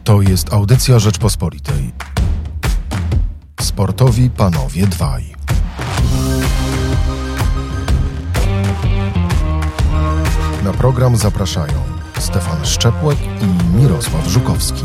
To jest audycja Rzeczpospolitej. Sportowi panowie dwaj. Na program zapraszają Stefan Szczepłek i Mirosław Żukowski.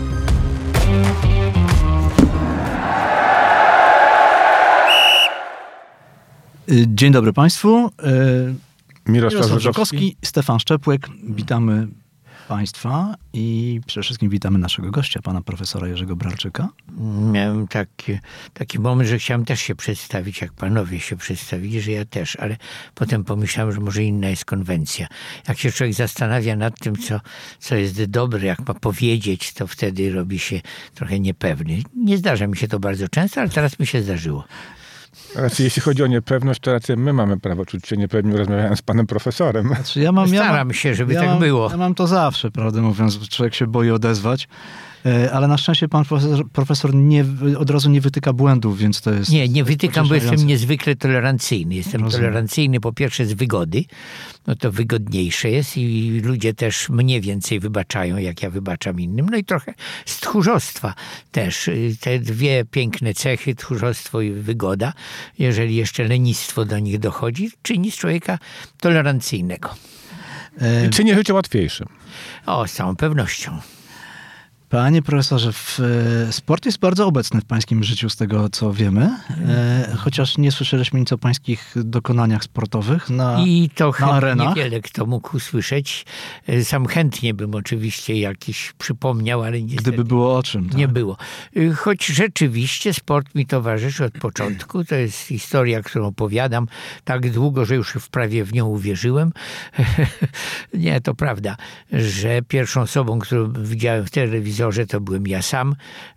Dzień dobry Państwu. Mirosław Żukowski, Stefan Szczepłek. Witamy Państwa i przede wszystkim witamy naszego gościa, pana profesora Jerzego Bralczyka. Miałem taki moment, że chciałem też się przedstawić, jak panowie się przedstawili, że ja też, ale potem pomyślałem, że może inna jest konwencja. Jak się człowiek zastanawia nad tym, co jest dobre, jak ma powiedzieć, to wtedy robi się trochę niepewny. Nie zdarza mi się to bardzo często, ale teraz mi się zdarzyło. Raczej jeśli chodzi o niepewność, to raczej my mamy prawo czuć się niepewni, rozmawiając z panem profesorem. Znaczy Staram się, żeby tak było. Ja mam to zawsze, prawdę mówiąc, człowiek się boi odezwać. Ale na szczęście pan profesor od razu nie wytyka błędów, więc to jest... Nie wytykam, bo jestem niezwykle tolerancyjny. Jestem tolerancyjny po pierwsze z wygody, no to wygodniejsze jest i ludzie też mnie więcej wybaczają, jak ja wybaczam innym. No i trochę z tchórzostwa też. Te dwie piękne cechy, tchórzostwo i wygoda, jeżeli jeszcze lenistwo do nich dochodzi, czyni z człowieka tolerancyjnego. I czyni życie łatwiejszym. O, z całą pewnością. Panie profesorze, sport jest bardzo obecny w pańskim życiu, z tego co wiemy, chociaż nie słyszeliśmy nic o pańskich dokonaniach sportowych na arenach. I to niewiele kto mógł usłyszeć. Sam chętnie bym oczywiście jakiś przypomniał, ale niestety gdyby było o czym. Tak? Nie było. Choć rzeczywiście sport mi towarzyszy od początku. To jest historia, którą opowiadam tak długo, że już prawie w nią uwierzyłem. Nie, to prawda, że pierwszą osobą, którą widziałem w telewizorze, to byłem ja sam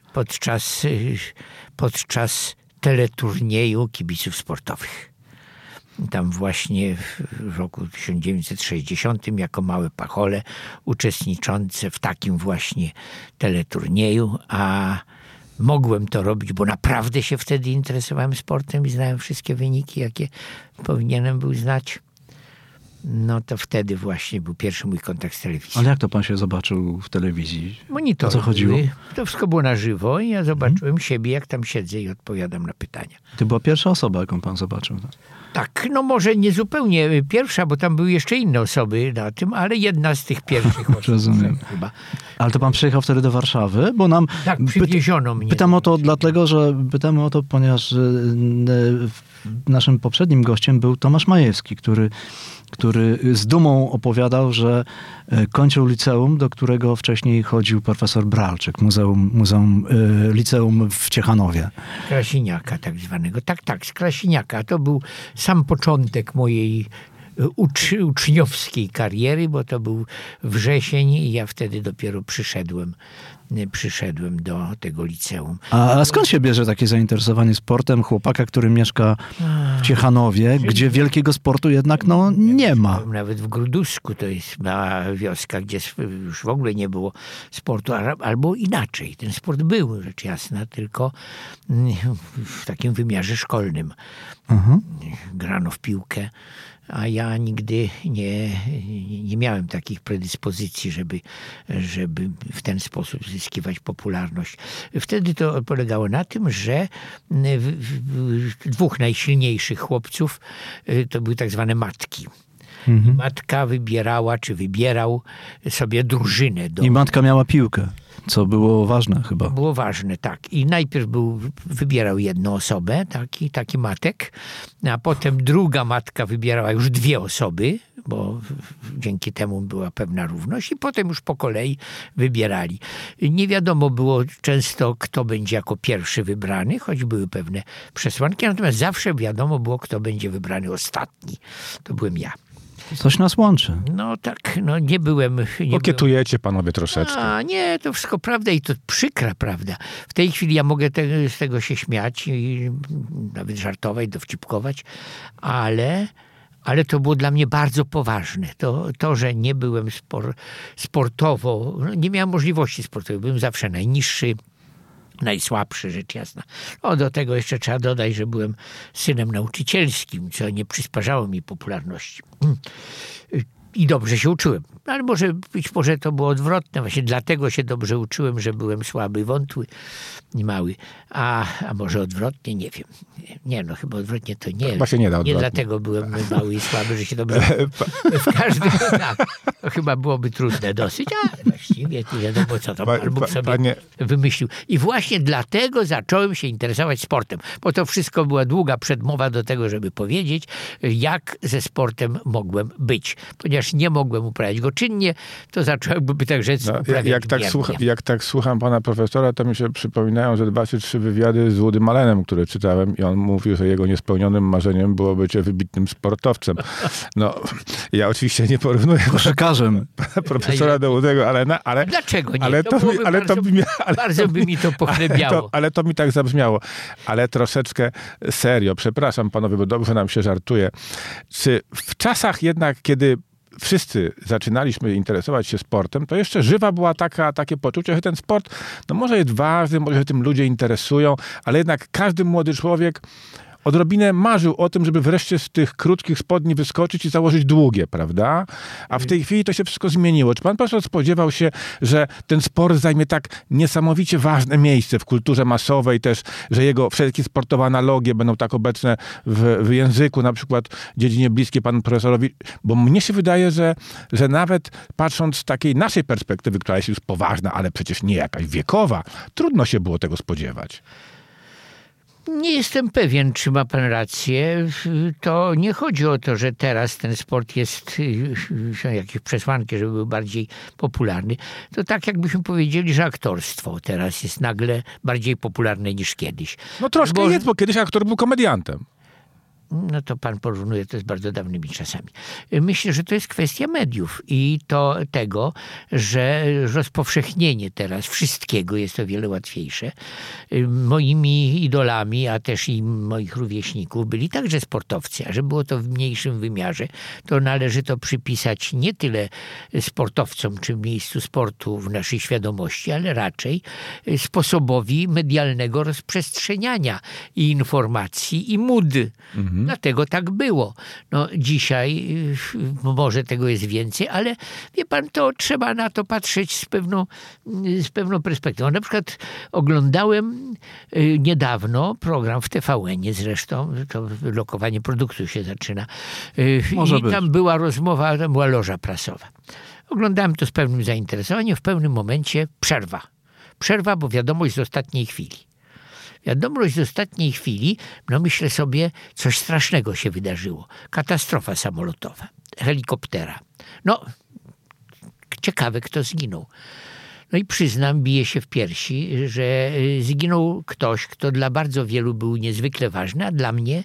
podczas teleturnieju kibiców sportowych. Tam właśnie w roku 1960 jako małe pachole uczestniczące w takim właśnie teleturnieju, a mogłem to robić, bo naprawdę się wtedy interesowałem sportem i znałem wszystkie wyniki, jakie powinienem był znać. No to wtedy właśnie był pierwszy mój kontakt z telewizją. Ale jak to pan się zobaczył w telewizji? Monitor. O co chodziło? To wszystko było na żywo i ja zobaczyłem siebie, jak tam siedzę i odpowiadam na pytania. To była pierwsza osoba, jaką pan zobaczył. Tak, no może nie zupełnie pierwsza, bo tam były jeszcze inne osoby na tym, ale jedna z tych pierwszych osób. Rozumiem. Chyba. Ale to pan przyjechał wtedy do Warszawy, bo nam... Tak, przywieziono mnie. Pytam o to, ponieważ naszym poprzednim gościem był Tomasz Majewski, który z dumą opowiadał, że kończył liceum, do którego wcześniej chodził profesor Bralczyk, liceum w Ciechanowie. Krasiniaka tak zwanego. Tak, z Krasiniaka. To był sam początek mojej uczniowskiej kariery, bo to był wrzesień i ja wtedy dopiero przyszedłem do tego liceum. A skąd się bierze takie zainteresowanie sportem chłopaka, który mieszka w Ciechanowie, gdzie wielkiego sportu jednak nie ma? Nawet w Grudusku, to jest mała wioska, gdzie już w ogóle nie było sportu, albo inaczej. Ten sport był, rzecz jasna, tylko w takim wymiarze szkolnym. Grano w piłkę, a ja nigdy nie miałem takich predyspozycji, żeby w ten sposób zyskiwać popularność. Wtedy to polegało na tym, że dwóch najsilniejszych chłopców to były tak zwane matki. Matka wybierała, czy wybierał sobie drużynę. I matka miała piłkę, co było ważne chyba. Było ważne, tak. I najpierw wybierał jedną osobę, taki matek, a potem druga matka wybierała już dwie osoby, bo dzięki temu była pewna równość i potem już po kolei wybierali. Nie wiadomo było często, kto będzie jako pierwszy wybrany, choć były pewne przesłanki, natomiast zawsze wiadomo było, kto będzie wybrany ostatni. To byłem ja. Coś nas łączy. No tak, nie byłem... Kokietujecie panowie troszeczkę. Nie, to wszystko prawda i to przykra prawda. W tej chwili ja mogę z tego się śmiać i nawet żartować, dowcipkować, ale to było dla mnie bardzo poważne. To że nie byłem sportowo, nie miałem możliwości sportowej, byłem zawsze najniższy, najsłabszy, rzecz jasna. Do tego jeszcze trzeba dodać, że byłem synem nauczycielskim, co nie przysparzało mi popularności. I dobrze się uczyłem. Ale być może to było odwrotne. Właśnie dlatego się dobrze uczyłem, że byłem słaby, wątły i mały. A może odwrotnie? Nie wiem. Nie, no chyba odwrotnie to nie. Chyba się nie da odwrotnie. Nie dlatego byłem mały i słaby, że się dobrze w każdym tak. To chyba byłoby trudne dosyć, ale właściwie nie wiadomo, co to Pan Bóg sobie wymyślił. I właśnie dlatego zacząłem się interesować sportem. Bo to wszystko była długa przedmowa do tego, żeby powiedzieć, jak ze sportem mogłem być. Ponieważ nie mogłem uprawiać go czynnie, to zacząłem, by tak rzec, uprawiać jak tak słucham pana profesora, to mi się przypominają, że 2 czy 3 wywiady z Woodym Allenem, które czytałem, i on mówił, że jego niespełnionym marzeniem było bycie wybitnym sportowcem. No, ja oczywiście nie porównuję koszykarzem profesora do Woodego Allena, ale... Dlaczego nie? Bardzo by mi to pochlebiało. Ale to mi tak zabrzmiało. Ale troszeczkę serio. Przepraszam panowie, bo dobrze nam się żartuje. Czy w czasach jednak, kiedy wszyscy zaczynaliśmy interesować się sportem, to jeszcze żywa była takie poczucie, że ten sport może jest ważny, może się tym ludzie interesują, ale jednak każdy młody człowiek odrobinę marzył o tym, żeby wreszcie z tych krótkich spodni wyskoczyć i założyć długie, prawda? A w tej chwili to się wszystko zmieniło. Czy pan profesor spodziewał się, że ten sport zajmie tak niesamowicie ważne miejsce w kulturze masowej też, że jego wszelkie sportowe analogie będą tak obecne w języku, na przykład dziedzinie bliskie panu profesorowi? Bo mnie się wydaje, że nawet patrząc z takiej naszej perspektywy, która jest już poważna, ale przecież nie jakaś wiekowa, trudno się było tego spodziewać. Nie jestem pewien, czy ma pan rację. To nie chodzi o to, że teraz ten sport są jakieś przesłanki, żeby był bardziej popularny. To tak jakbyśmy powiedzieli, że aktorstwo teraz jest nagle bardziej popularne niż kiedyś. No troszkę jest, bo kiedyś aktor był komediantem. No to pan porównuje to z bardzo dawnymi czasami. Myślę, że to jest kwestia mediów i to tego, że rozpowszechnienie teraz wszystkiego jest o wiele łatwiejsze. Moimi idolami, a też i moich rówieśników byli także sportowcy, a że było to w mniejszym wymiarze, to należy to przypisać nie tyle sportowcom czy miejscu sportu w naszej świadomości, ale raczej sposobowi medialnego rozprzestrzeniania i informacji i mód. Dlatego tak było. No, dzisiaj może tego jest więcej, ale wie pan, to trzeba na to patrzeć z pewną perspektywą. Na przykład oglądałem niedawno program w TVN-ie zresztą, to lokowanie produktu się zaczyna. Tam była rozmowa, tam była loża prasowa. Oglądałem to z pewnym zainteresowaniem, w pewnym momencie przerwa. Przerwa, bo wiadomość z ostatniej chwili. Wiadomość z ostatniej chwili, myślę sobie, coś strasznego się wydarzyło. Katastrofa samolotowa, helikoptera. Ciekawe, kto zginął. No i przyznam, bije się w piersi, że zginął ktoś, kto dla bardzo wielu był niezwykle ważny, a dla mnie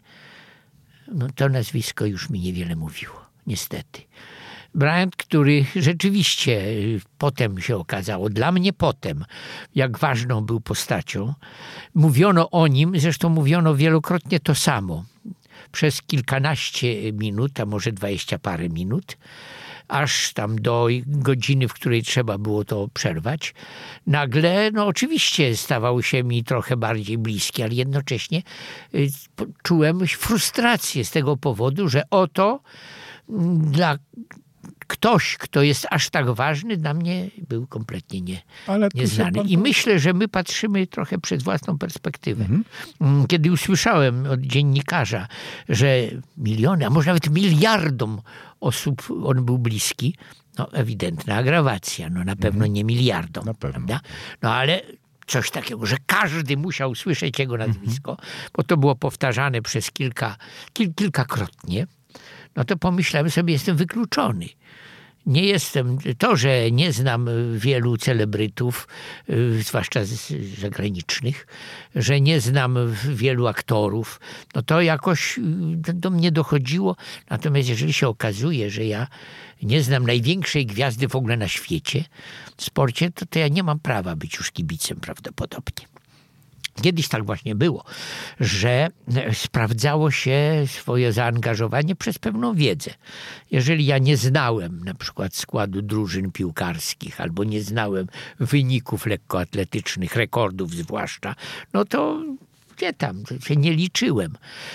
to nazwisko już mi niewiele mówiło, niestety. Bryant, który rzeczywiście potem się okazało, dla mnie potem, jak ważną był postacią. Mówiono o nim, zresztą mówiono wielokrotnie to samo. Przez kilkanaście minut, a może 20 parę minut, aż tam do godziny, w której trzeba było to przerwać. Nagle, oczywiście stawał się mi trochę bardziej bliski, ale jednocześnie czułem frustrację z tego powodu, że oto dla ktoś, kto jest aż tak ważny, dla mnie był kompletnie nieznany. I myślę, że my patrzymy trochę przez własną perspektywę. Kiedy usłyszałem od dziennikarza, że miliony, a może nawet miliardom osób on był bliski, ewidentna agrawacja. Na pewno nie miliardom. Na pewno. Prawda? Ale coś takiego, że każdy musiał słyszeć jego nazwisko, bo to było powtarzane przez kilkakrotnie. To pomyślałem sobie, jestem wykluczony. Nie jestem, to, że nie znam wielu celebrytów, zwłaszcza zagranicznych, że nie znam wielu aktorów, to jakoś do mnie dochodziło. Natomiast jeżeli się okazuje, że ja nie znam największej gwiazdy w ogóle na świecie w sporcie, to ja nie mam prawa być już kibicem prawdopodobnie. Kiedyś tak właśnie było, że sprawdzało się swoje zaangażowanie przez pewną wiedzę. Jeżeli ja nie znałem na przykład składu drużyn piłkarskich albo nie znałem wyników lekkoatletycznych, rekordów zwłaszcza, to gdzie tam, się nie liczyłem.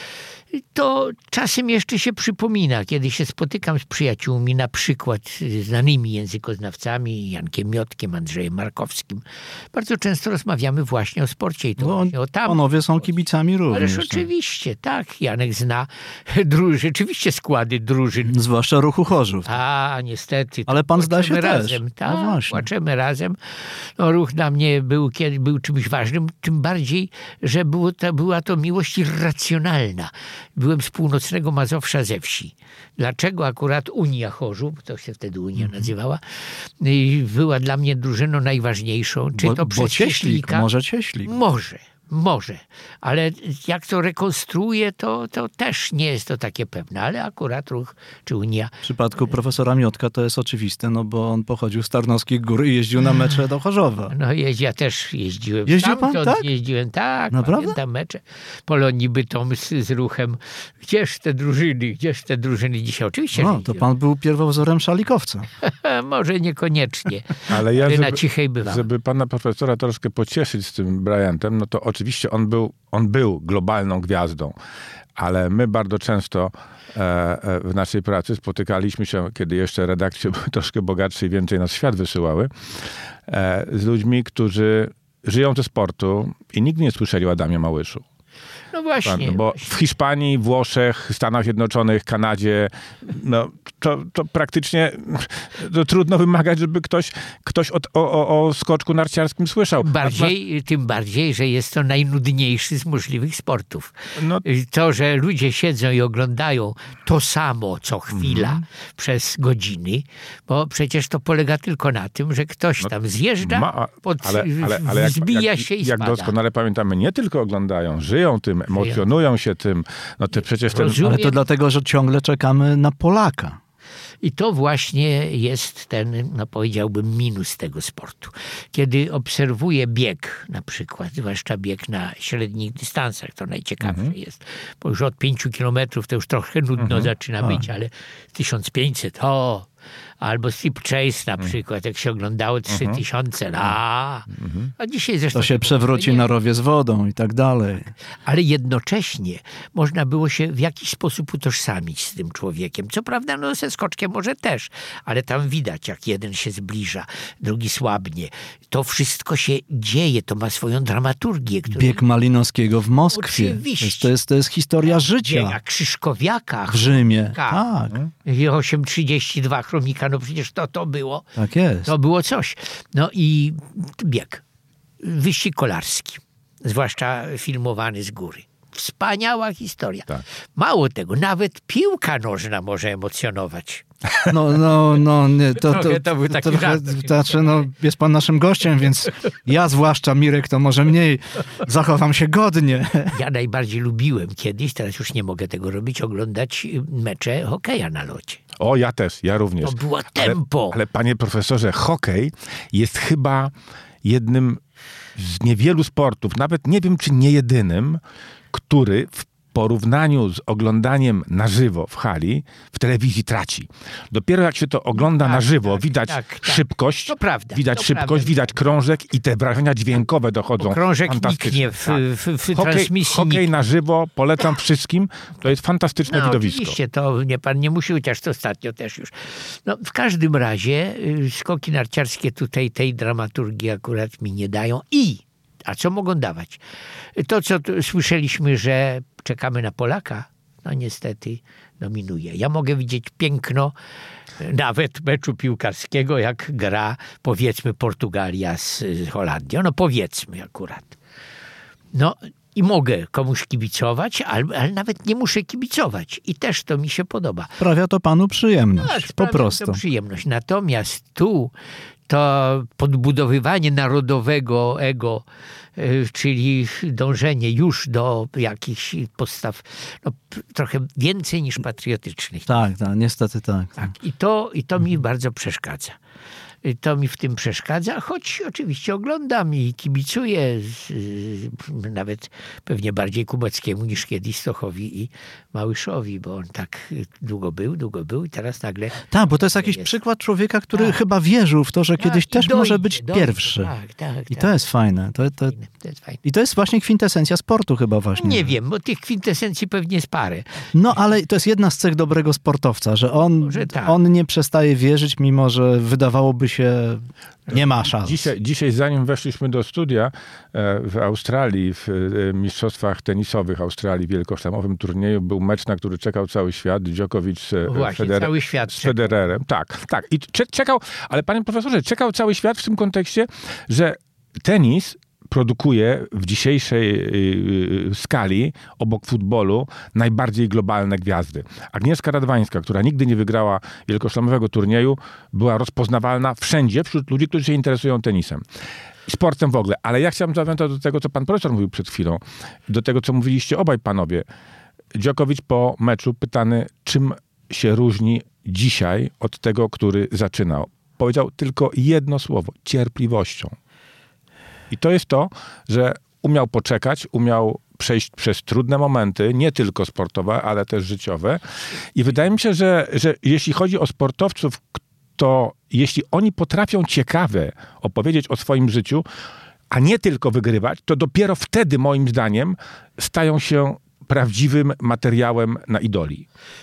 to czasem jeszcze się przypomina, kiedy się spotykam z przyjaciółmi, na przykład znanymi językoznawcami, Jankiem Miotkiem, Andrzejem Markowskim. Bardzo często rozmawiamy właśnie o sporcie i to właśnie o tam. Panowie są kibicami również. Ależ oczywiście, tak. Janek zna rzeczywiście składy drużyn. Zwłaszcza Ruchu Chorzów. A, niestety. Ale pan zda się razem, też. Tak, No właśnie. płaczemy razem. No, Ruch dla mnie był czymś ważnym, tym bardziej, że była to miłość irracjonalna. Byłem z północnego Mazowsza ze wsi. Dlaczego akurat Unia Chorzów, to się wtedy Unia nazywała, była dla mnie drużyną najważniejszą. Czy to przez Cieślika? Może Cieślik. Może, ale jak to rekonstruuje, to też nie jest to takie pewne, ale akurat Ruch czy Unia. W przypadku profesora Miotka to jest oczywiste, no bo on pochodził z Tarnowskich Gór i jeździł na mecze do Chorzowa. No ja też jeździłem. Jeździł pan, tak? Jeździłem, tak. Naprawdę? Pamiętam mecze Polonii Bytom z Ruchem. Gdzież te drużyny dzisiaj? Oczywiście, No, że to pan był pierwowzorem szalikowca. może niekoniecznie, Ale ja, na cichej bywałem. żeby pana profesora troszkę pocieszyć z tym Bryantem, no to oczywiście on był globalną gwiazdą, ale my bardzo często w naszej pracy spotykaliśmy się, kiedy jeszcze redakcje były troszkę bogatsze i więcej nas w świat wysyłały, z ludźmi, którzy żyją ze sportu i nigdy nie słyszeli o Adamie Małyszu. No właśnie. Bo w Hiszpanii, Włoszech, Stanach Zjednoczonych, Kanadzie, no to praktycznie to trudno wymagać, żeby ktoś o skoczku narciarskim słyszał. Tym bardziej, że jest to najnudniejszy z możliwych sportów. No, To, że ludzie siedzą i oglądają to samo co chwila przez godziny, bo przecież to polega tylko na tym, że ktoś tam zjeżdża, wzbija się i jak spada. doskonale pamiętamy, nie tylko oglądają, żyją tym, emocjonują się tym. No to przecież Ale to dlatego, że ciągle czekamy na Polaka. I to właśnie jest ten, no powiedziałbym, minus tego sportu. Kiedy obserwuję bieg na przykład, zwłaszcza bieg na średnich dystansach, to najciekawsze jest. Bo już od 5 kilometrów to już trochę nudno zaczyna być, ale 1500, albo steeplechase na przykład, jak się oglądało 3000, a dzisiaj zresztą... To się przewróci na rowie z wodą i tak dalej. Ale jednocześnie można było się w jakiś sposób utożsamić z tym człowiekiem. Co prawda, no ze skoczkiem może też, ale tam widać, jak jeden się zbliża, drugi słabnie. To wszystko się dzieje, to ma swoją dramaturgię. Bieg Malinowskiego w Moskwie. Oczywiście. To jest historia życia. Jak Krzyżkowiaka. W Rzymie. Tak. I 8,32 Chromika, no przecież to było. Tak jest. To było coś. No i bieg. Wyścig kolarski. Zwłaszcza filmowany z góry. Wspaniała historia. Tak. Mało tego, nawet piłka nożna może emocjonować. Nie, To był taki żart. Znaczy, jest pan naszym gościem, więc ja zwłaszcza, Mirek, to może mniej zachowam się godnie. Ja najbardziej lubiłem kiedyś, teraz już nie mogę tego robić, oglądać mecze hokeja na lodzie. O, ja też, ja również. To było tempo. Ale panie profesorze, hokej jest chyba jednym z niewielu sportów, nawet nie wiem, czy nie jedynym, który w porównaniu z oglądaniem na żywo w hali, w telewizji traci. Dopiero jak się to ogląda na żywo, widać szybkość, To prawda, widać szybkość, widać krążek i te wrażenia dźwiękowe dochodzą. Krążek fantastyczne. niknie w transmisji. Hokej na żywo polecam wszystkim. To jest fantastyczne widowisko. Oczywiście, to pan nie musi, chociaż to ostatnio też już. No, w każdym razie skoki narciarskie tutaj tej dramaturgii akurat mi nie dają. A co mogą dawać? To, co słyszeliśmy, że czekamy na Polaka, no niestety dominuje. Ja mogę widzieć piękno nawet meczu piłkarskiego, jak gra, powiedzmy, Portugalia z Holandią. No powiedzmy akurat. No i mogę komuś kibicować, ale nawet nie muszę kibicować. I też to mi się podoba. Sprawia to panu przyjemność, Tak, po sprawia prostu. to przyjemność. Natomiast tu to podbudowywanie narodowego ego, czyli dążenie już do jakichś postaw trochę więcej niż patriotycznych. Tak, niestety tak. Tak. I to mi bardzo przeszkadza. To mi w tym przeszkadza, choć oczywiście oglądam i kibicuję nawet pewnie bardziej Kubackiemu niż kiedyś Stochowi i Małyszowi, bo on tak długo był i teraz nagle... Tak, bo to jest jakiś przykład człowieka, który chyba wierzył w to, że kiedyś też może być pierwszy. I to jest fajne. To jest fajne. I to jest właśnie kwintesencja sportu chyba właśnie. Nie wiem, bo tych kwintesencji pewnie jest parę. No ale to jest jedna z cech dobrego sportowca, że on nie przestaje wierzyć, mimo że wydawałoby się, nie ma szans. Dzisiaj, zanim weszliśmy do studia w Australii, w mistrzostwach tenisowych Australii, wielkoszlemowym turnieju, był mecz, na który czekał cały świat. Djokovic cały świat z Federerem. Tak. I czekał, ale panie profesorze, czekał cały świat w tym kontekście, że tenis produkuje w dzisiejszej skali, obok futbolu, najbardziej globalne gwiazdy. Agnieszka Radwańska, która nigdy nie wygrała wielkoszlemowego turnieju, była rozpoznawalna wszędzie wśród ludzi, którzy się interesują tenisem. I sportem w ogóle. Ale ja chciałem zawiązać do tego, co pan profesor mówił przed chwilą, do tego, co mówiliście obaj panowie. Djokovic po meczu pytany, czym się różni dzisiaj od tego, który zaczynał. Powiedział tylko jedno słowo: cierpliwością. I to jest to, że umiał poczekać, umiał przejść przez trudne momenty, nie tylko sportowe, ale też życiowe. I wydaje mi się, że jeśli chodzi o sportowców, to jeśli oni potrafią ciekawe opowiedzieć o swoim życiu, a nie tylko wygrywać, to dopiero wtedy, moim zdaniem, stają się prawdziwym materiałem na idoli.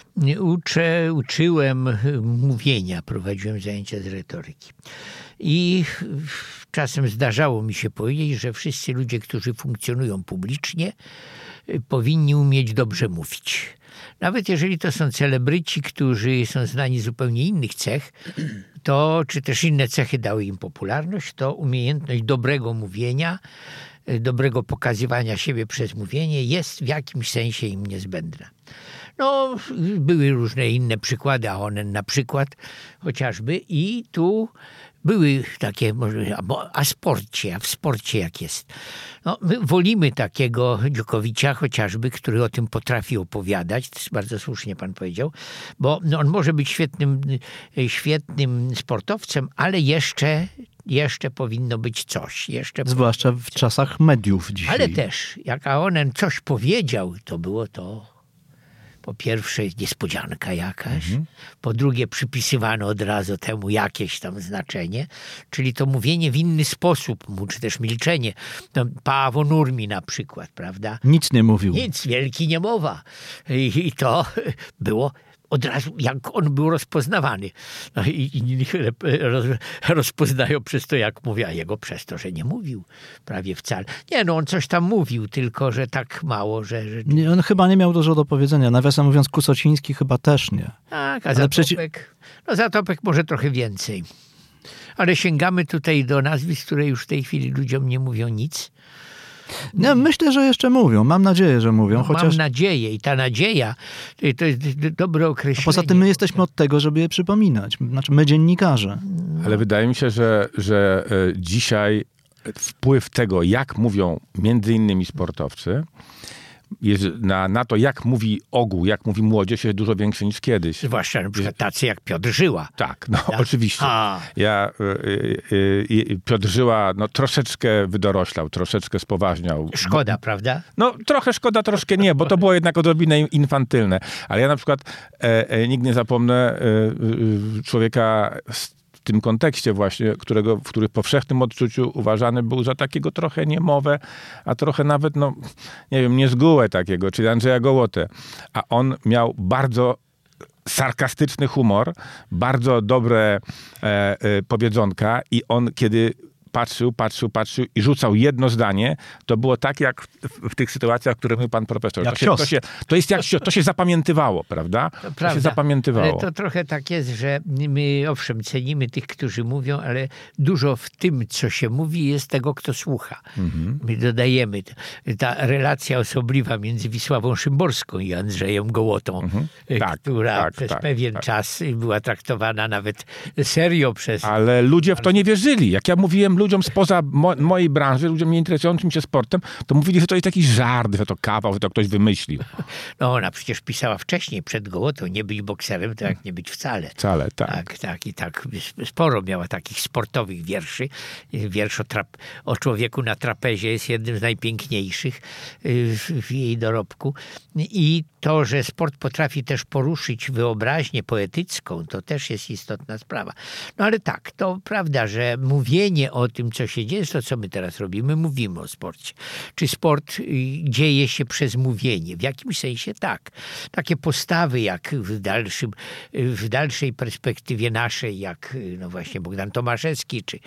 Uczyłem mówienia, prowadziłem zajęcia z retoryki. I czasem zdarzało mi się powiedzieć, że wszyscy ludzie, którzy funkcjonują publicznie, powinni umieć dobrze mówić. Nawet jeżeli to są celebryci, którzy są znani z zupełnie innych cech, to czy też inne cechy dały im popularność, to umiejętność dobrego mówienia, dobrego pokazywania siebie przez mówienie jest w jakimś sensie im niezbędna. No, były różne inne przykłady, Ahonen na przykład chociażby, i tu były takie, a w sporcie jak jest. No, my wolimy takiego Djokovicia chociażby, który o tym potrafi opowiadać, to jest bardzo słusznie pan powiedział, bo on może być świetnym sportowcem, ale jeszcze powinno być coś. Zwłaszcza w czasach mediów dzisiaj. Ale też, jak Ahonen coś powiedział, to było to po pierwsze niespodzianka jakaś, po drugie przypisywano od razu temu jakieś tam znaczenie, czyli to mówienie w inny sposób, czy też milczenie. Paavo Nurmi na przykład, prawda? Nic nie mówił. Nic, wielki niemowa. I to było od razu, jak on był rozpoznawany. No i rozpoznają przez to, jak mówi, a jego przez to, że nie mówił prawie wcale. Nie, no on coś tam mówił, tylko że tak mało, że... Nie, on chyba nie miał dużo do powiedzenia. Nawiasem mówiąc, Kusociński chyba też nie. Tak, a Zatopek może trochę więcej. Ale sięgamy tutaj do nazwisk, które już w tej chwili ludziom nie mówią nic. No, myślę, że jeszcze mówią. Mam nadzieję, że mówią. Mam nadzieję i ta nadzieja to jest dobre określenie. A poza tym my jesteśmy od tego, żeby je przypominać. Znaczy my dziennikarze. Ale wydaje mi się, że dzisiaj wpływ tego, jak mówią między innymi sportowcy, jest na to, jak mówi ogół, jak mówi młodzież, jest dużo większy niż kiedyś. Zwłaszcza na przykład tacy jak Piotr Żyła. Tak, no oczywiście. Piotr Żyła troszeczkę wydoroślał, troszeczkę spoważniał. Szkoda, prawda? No trochę szkoda, troszkę nie, bo to było jednak odrobinę infantylne. Ale ja na przykład nigdy nie zapomnę człowieka w tym kontekście właśnie, w który w powszechnym odczuciu uważany był za takiego trochę niemowę, a trochę nawet, nie wiem, niezgółę takiego, czyli Andrzeja Gołotę. A on miał bardzo sarkastyczny humor, bardzo dobre powiedzonka i on, kiedy patrzył i rzucał jedno zdanie, to było tak jak w tych sytuacjach, które mówił pan profesor. To się zapamiętywało, prawda? To się zapamiętywało. Ale to trochę tak jest, że my owszem cenimy tych, którzy mówią, ale dużo w tym, co się mówi, jest tego, kto słucha. My dodajemy. Ta relacja osobliwa między Wisławą Szymborską i Andrzejem Gołotą, która przez pewien czas była traktowana nawet serio przez... Ale ludzie w to nie wierzyli. Jak ja mówiłem ludziom spoza mojej branży, ludziom nie interesującym się sportem, to mówili, że to jest jakiś żart, że to kawał, że to ktoś wymyślił. No ona przecież pisała wcześniej, przed Gołotą, nie być bokserem, to jak nie być wcale. Wcale, tak. Tak, i tak sporo miała takich sportowych wierszy. Wiersz o człowieku na trapezie jest jednym z najpiękniejszych w jej dorobku. I to, że sport potrafi też poruszyć wyobraźnię poetycką, to też jest istotna sprawa. No ale tak, to prawda, że mówienie o tym, co się dzieje, jest to, co my teraz robimy, mówimy o sporcie. Czy sport dzieje się przez mówienie? W jakimś sensie tak. Takie postawy, jak w dalszej perspektywie naszej, jak no właśnie Bogdan Tomaszewski, czy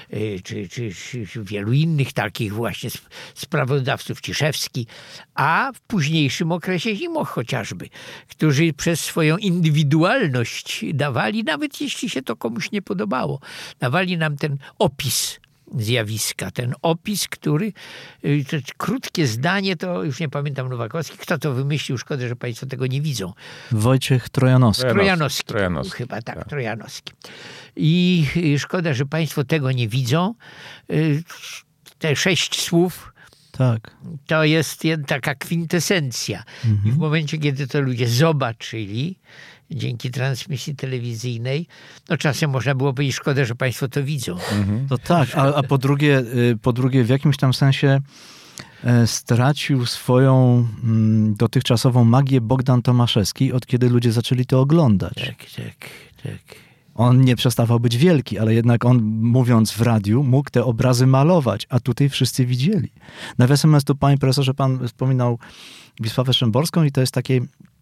wielu innych takich właśnie sprawozdawców, Ciszewski, a w późniejszym okresie Zimoch chociażby, którzy przez swoją indywidualność dawali, nawet jeśli się to komuś nie podobało, dawali nam ten opis zjawiska, ten opis, który, to krótkie zdanie, to już nie pamiętam Nowakowski, kto to wymyślił, szkoda, że państwo tego nie widzą. Wojciech Trojanowski. Trojanowski. Chyba tak, Trojanowski. I szkoda, że państwo tego nie widzą. Te 6 słów, tak, to jest taka kwintesencja. I w momencie, kiedy to ludzie zobaczyli, dzięki transmisji telewizyjnej, no czasem można było powiedzieć, szkoda, że państwo to widzą. To tak, a po drugie w jakimś tam sensie stracił swoją dotychczasową magię Bogdan Tomaszewski, od kiedy ludzie zaczęli to oglądać. Tak. On nie przestawał być wielki, ale jednak on, mówiąc w radiu, mógł te obrazy malować, a tutaj wszyscy widzieli. Nawiasem mówiąc, tu, panie profesorze, pan wspominał Wisławę Szymborską i to jest takie,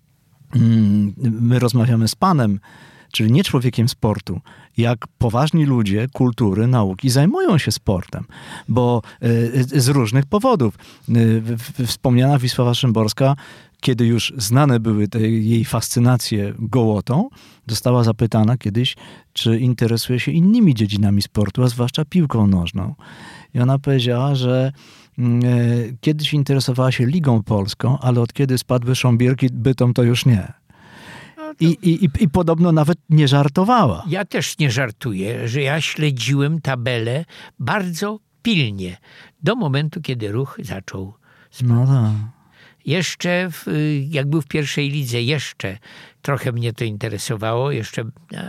my rozmawiamy z panem, czyli nie człowiekiem sportu, jak poważni ludzie kultury, nauki zajmują się sportem, bo z różnych powodów. Wspomniana Wisława Szymborska, kiedy już znane były te jej fascynacje Gołotą, została zapytana kiedyś, czy interesuje się innymi dziedzinami sportu, a zwłaszcza piłką nożną. I ona powiedziała, że kiedyś interesowała się Ligą Polską, ale od kiedy spadły Szambierki Bytom, to już nie. I podobno nawet nie żartowała. Ja też nie żartuję, że ja śledziłem tabelę bardzo pilnie do momentu, kiedy Ruch zaczął spadać. No tak. Jeszcze, jak był w pierwszej lidze, jeszcze trochę mnie to interesowało. Jeszcze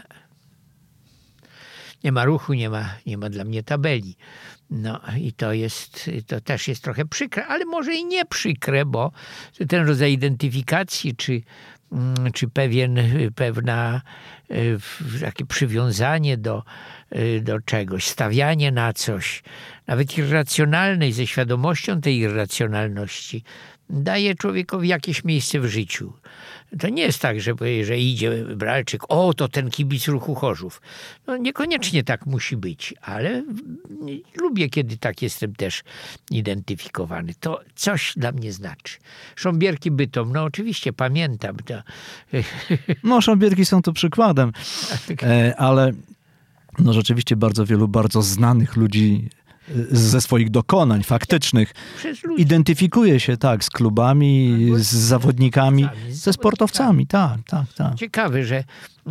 nie ma Ruchu, nie ma dla mnie tabeli. No i to też jest trochę przykre, ale może i nie przykre, bo ten rodzaj identyfikacji, czy pewna takie przywiązanie do czegoś, stawianie na coś, nawet irracjonalnej, ze świadomością tej irracjonalności, daje człowiekowi jakieś miejsce w życiu. To nie jest tak, że idzie Bralczyk, to ten kibic Ruchu Chorzów. No niekoniecznie tak musi być, ale lubię, kiedy tak jestem też identyfikowany. To coś dla mnie znaczy. Szambierki Bytom, no oczywiście pamiętam to. No Szambierki są tu przykładem, ale no rzeczywiście bardzo wielu, bardzo znanych ludzi ze swoich dokonań faktycznych identyfikuje się tak z klubami, z zawodnikami, ze sportowcami. Tak. Ciekawe, że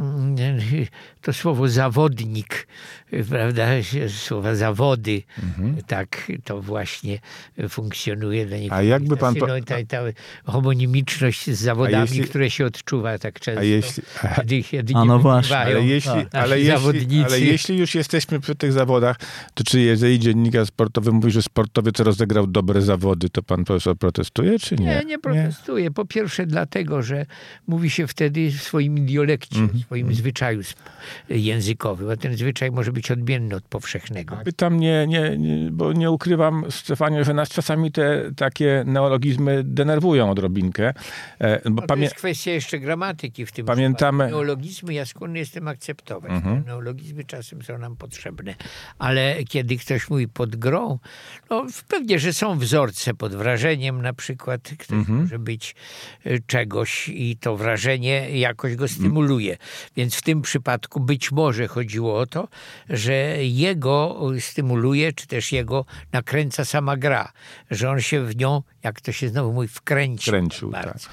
to słowo zawodnik, prawda, słowa zawody, tak to właśnie funkcjonuje dla niego. A jakby pan ta homonimiczność z zawodami, które się odczuwa tak często. Kiedy no właśnie. Ale jeśli już jesteśmy przy tych zawodach, to czy jeżeli dziennikarz sportowy mówi, że sportowiec rozegrał dobre zawody, to pan profesor protestuje, czy nie? Nie protestuję. Po pierwsze dlatego, że mówi się wtedy w swoim dialekcie, w swoim zwyczaju językowym, a ten zwyczaj może być odmienny od powszechnego. Pytam, bo nie ukrywam, Stefanie, że nas czasami te takie neologizmy denerwują odrobinkę. To jest kwestia jeszcze gramatyki w tym pamiętamy. Neologizmy ja skłonny jestem akceptować. Neologizmy czasem są nam potrzebne, ale kiedy ktoś mówi pod grą, no pewnie, że są wzorce pod wrażeniem na przykład. Ktoś może być czegoś i to wrażenie jakoś go stymuluje. Więc w tym przypadku być może chodziło o to, że jego stymuluje, czy też jego nakręca sama gra. Że on się w nią, jak to się znowu mówi, wkręcił. Tak.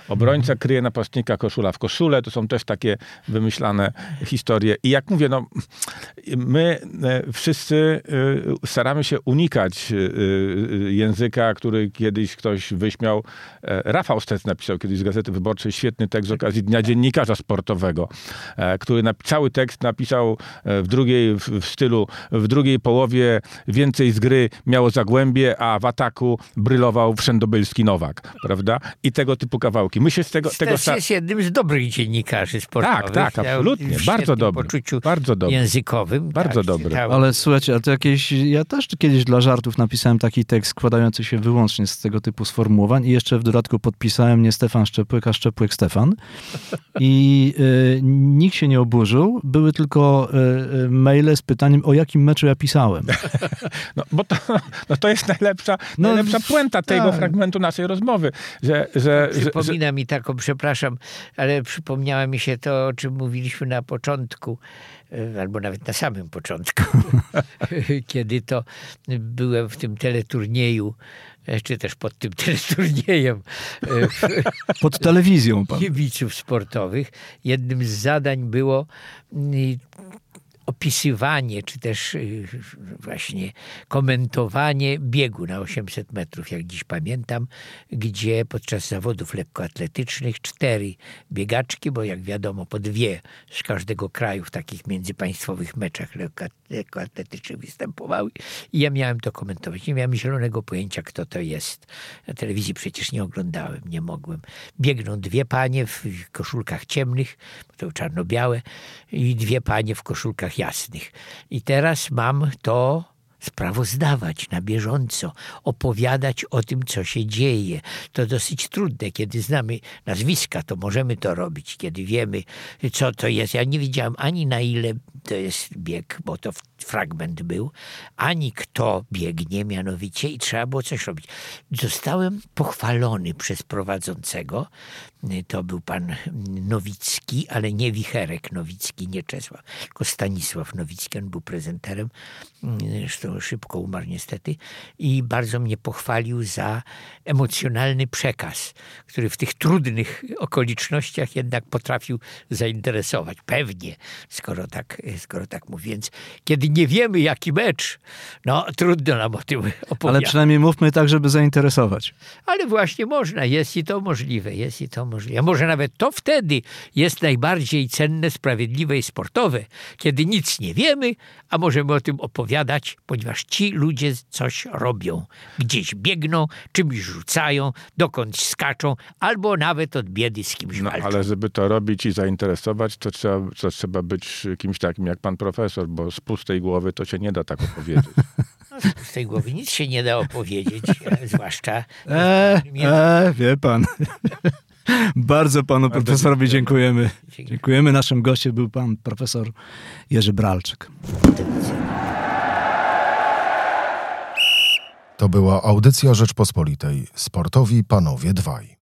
Obrońca kryje napastnika, koszula w koszulę. To są też takie wymyślane historie. I jak mówię, no, my wszyscy staramy się unikać języka, który kiedyś ktoś wyśmiał. Rafał Stec napisał kiedyś z Gazety Wyborczej świetny tekst z okazji Dnia Dziennikarza Sportowego, który cały tekst napisał w stylu w drugiej połowie więcej z gry miało Zagłębie, a w ataku brylował Wszędobylski Nowak, prawda? I tego typu kawałki. My się z tego jest jednym z dobrych dziennikarzy sportowych. Tak, absolutnie. Bardzo dobry. Poczuciu bardzo dobry. Językowym. Bardzo dobry. Ale słuchajcie, a to ja też kiedyś dla żartów napisałem taki tekst składający się wyłącznie z tego typu sformułowań i jeszcze w dodatku podpisałem nie Stefan Szczepłek, a Szczepłek Stefan. I nikt się nie oburzył. Były tylko maile z pytaniem, o jakim meczu ja pisałem. No, bo to jest najlepsza puenta tego fragmentu naszej rozmowy. Przypomina mi taką, przepraszam, ale przypomniało mi się to, o czym mówiliśmy na początku, albo nawet na samym początku, kiedy to byłem w tym teleturnieju, czy też pod tym teleturniejem. Pod telewizją pan. Kibiców sportowych. Jednym z zadań było opisywanie, czy też właśnie komentowanie biegu na 800 metrów, jak dziś pamiętam, gdzie podczas zawodów lekkoatletycznych 4 biegaczki, bo jak wiadomo po 2 z każdego kraju w takich międzypaństwowych meczach lekkoatletycznych występowały i ja miałem to komentować. Nie miałem zielonego pojęcia, kto to jest. Na telewizji przecież nie oglądałem, nie mogłem. Biegną 2 panie w koszulkach ciemnych, bo to czarno-białe, i 2 panie w koszulkach jasnych. I teraz mam to sprawozdawać na bieżąco, opowiadać o tym, co się dzieje. To dosyć trudne. Kiedy znamy nazwiska, to możemy to robić. Kiedy wiemy, co to jest. Ja nie wiedziałem ani na ile to jest bieg, bo to fragment był, ani kto biegnie mianowicie i trzeba było coś robić. Zostałem pochwalony przez prowadzącego. To był pan Nowicki, ale nie Wicherek Nowicki, nie Czesław, tylko Stanisław Nowicki. On był prezenterem. Zresztą szybko umarł niestety. I bardzo mnie pochwalił za emocjonalny przekaz, który w tych trudnych okolicznościach jednak potrafił zainteresować. Pewnie, skoro tak mówię. Więc kiedy nie wiemy, jaki mecz, no trudno nam o tym opowiadać. Ale przynajmniej mówmy tak, żeby zainteresować. Ale właśnie można, jest i to możliwe. A może nawet to wtedy jest najbardziej cenne, sprawiedliwe i sportowe, kiedy nic nie wiemy, a możemy o tym opowiadać, ponieważ ci ludzie coś robią. Gdzieś biegną, czymś rzucają, dokądś skaczą, albo nawet od biedy z kimś walczą. Ale żeby to robić i zainteresować, to trzeba być kimś takim jak pan profesor, bo z pustej głowy to się nie da tak opowiedzieć. Z pustej głowy nic się nie da opowiedzieć, zwłaszcza... Wie pan. Bardzo panu profesorowi dziękujemy. Dziękujemy. Naszym gościem był pan profesor Jerzy Bralczyk. To była audycja Rzeczpospolitej. Sportowi panowie dwaj.